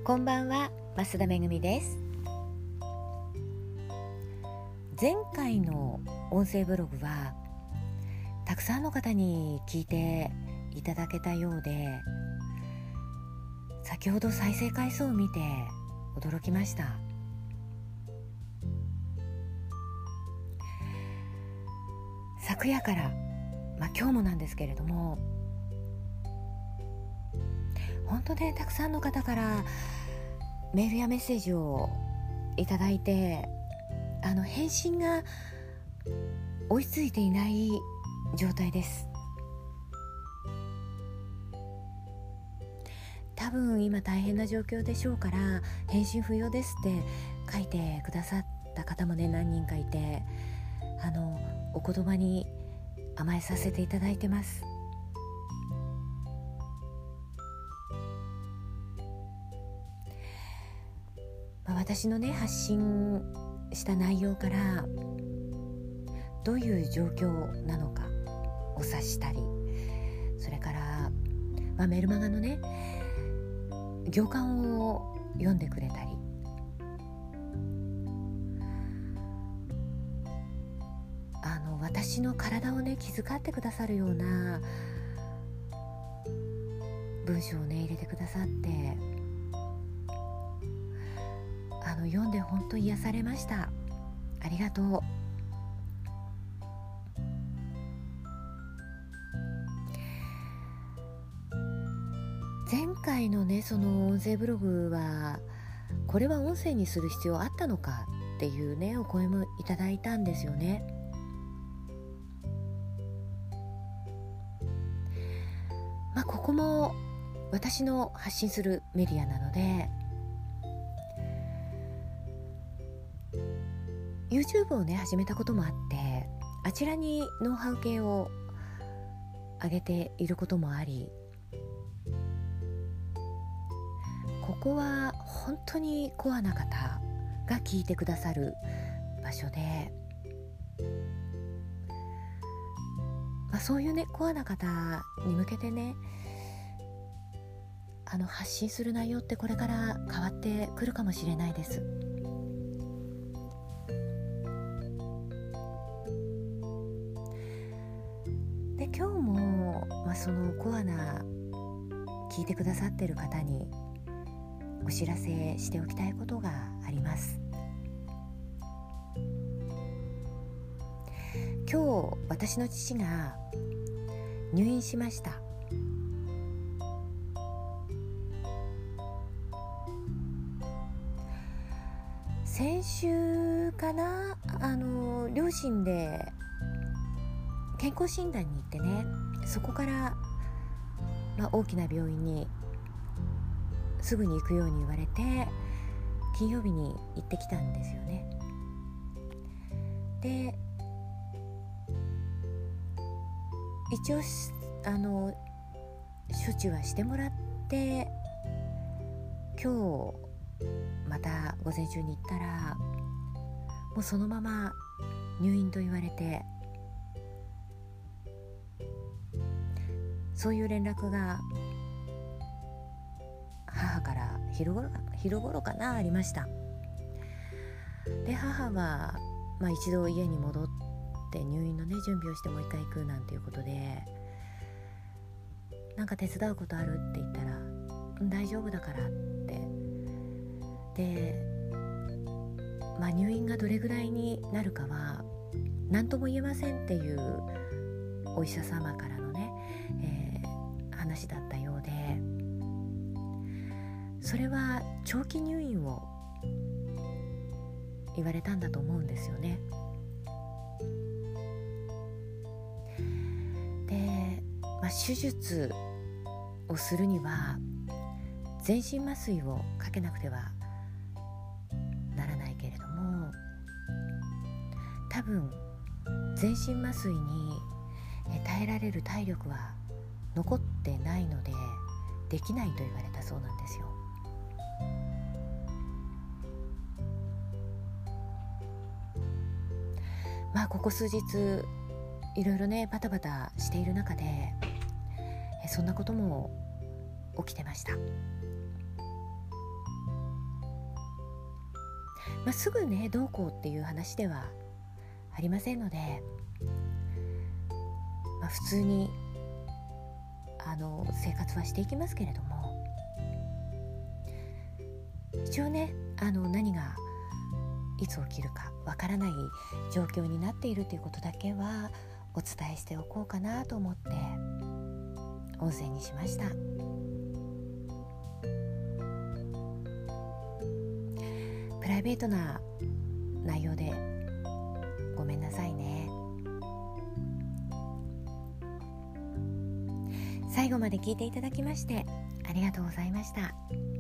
こんばんは、増田めぐみです。前回の音声ブログはたくさんの方に聞いていただけたようで、先ほど再生回数を見て驚きました。昨夜から、今日もなんですけれども、本当ね、たくさんの方からメールやメッセージをいただいて、返信が追いついていない状態です。多分今大変な状況でしょうから、返信不要ですって書いてくださった方もね、何人かいて、お言葉に甘えさせていただいてます。私のね、発信した内容からどういう状況なのかを察したり、それから、メルマガのね、行間を読んでくれたり、私の体をね、気遣ってくださるような文章をね、入れてくださって、読んで本当に癒されました。ありがとう。前回のね、その音声ブログは、これは音声にする必要あったのかっていうね、お声もいただいたんですよね。ここも私の発信するメディアなので、YouTube をね、始めたこともあって、あちらにノウハウ系を上げていることもあり、ここは本当にコアな方が聞いてくださる場所で、そういうね、コアな方に向けてね、発信する内容ってこれから変わってくるかもしれないです。で、今日も、そのコアな聞いてくださっている方にお知らせしておきたいことがあります。今日、私の父が入院しました。先週かな、両親で健康診断に行ってね、そこから、大きな病院にすぐに行くように言われて、金曜日に行ってきたんですよね。で、一応処置はしてもらって、今日また午前中に行ったら、もうそのまま入院と言われて、そういう連絡が母から昼頃かな、ありました。で、母は、一度家に戻って入院のね、準備をしてもう一回行くなんていうことで、なんか手伝うことあるって言ったら、大丈夫だからって。で、入院がどれぐらいになるかは何とも言えませんっていうお医者様からのね、話だったようで、それは長期入院を言われたんだと思うんですよね。で、手術をするには全身麻酔をかけなくてはならないけれども、多分全身麻酔に耐えられる体力は残ってないので、できないと言われたそうなんですよ。ここ数日いろいろね、バタバタしている中で、そんなことも起きてました。 すぐねどうこうっていう話ではありませんので、普通に生活はしていきますけれども、一応ね何がいつ起きるかわからない状況になっているということだけはお伝えしておこうかなと思って音声にしました。プライベートな内容でごめんなさいね。最後まで聞いていただきましてありがとうございました。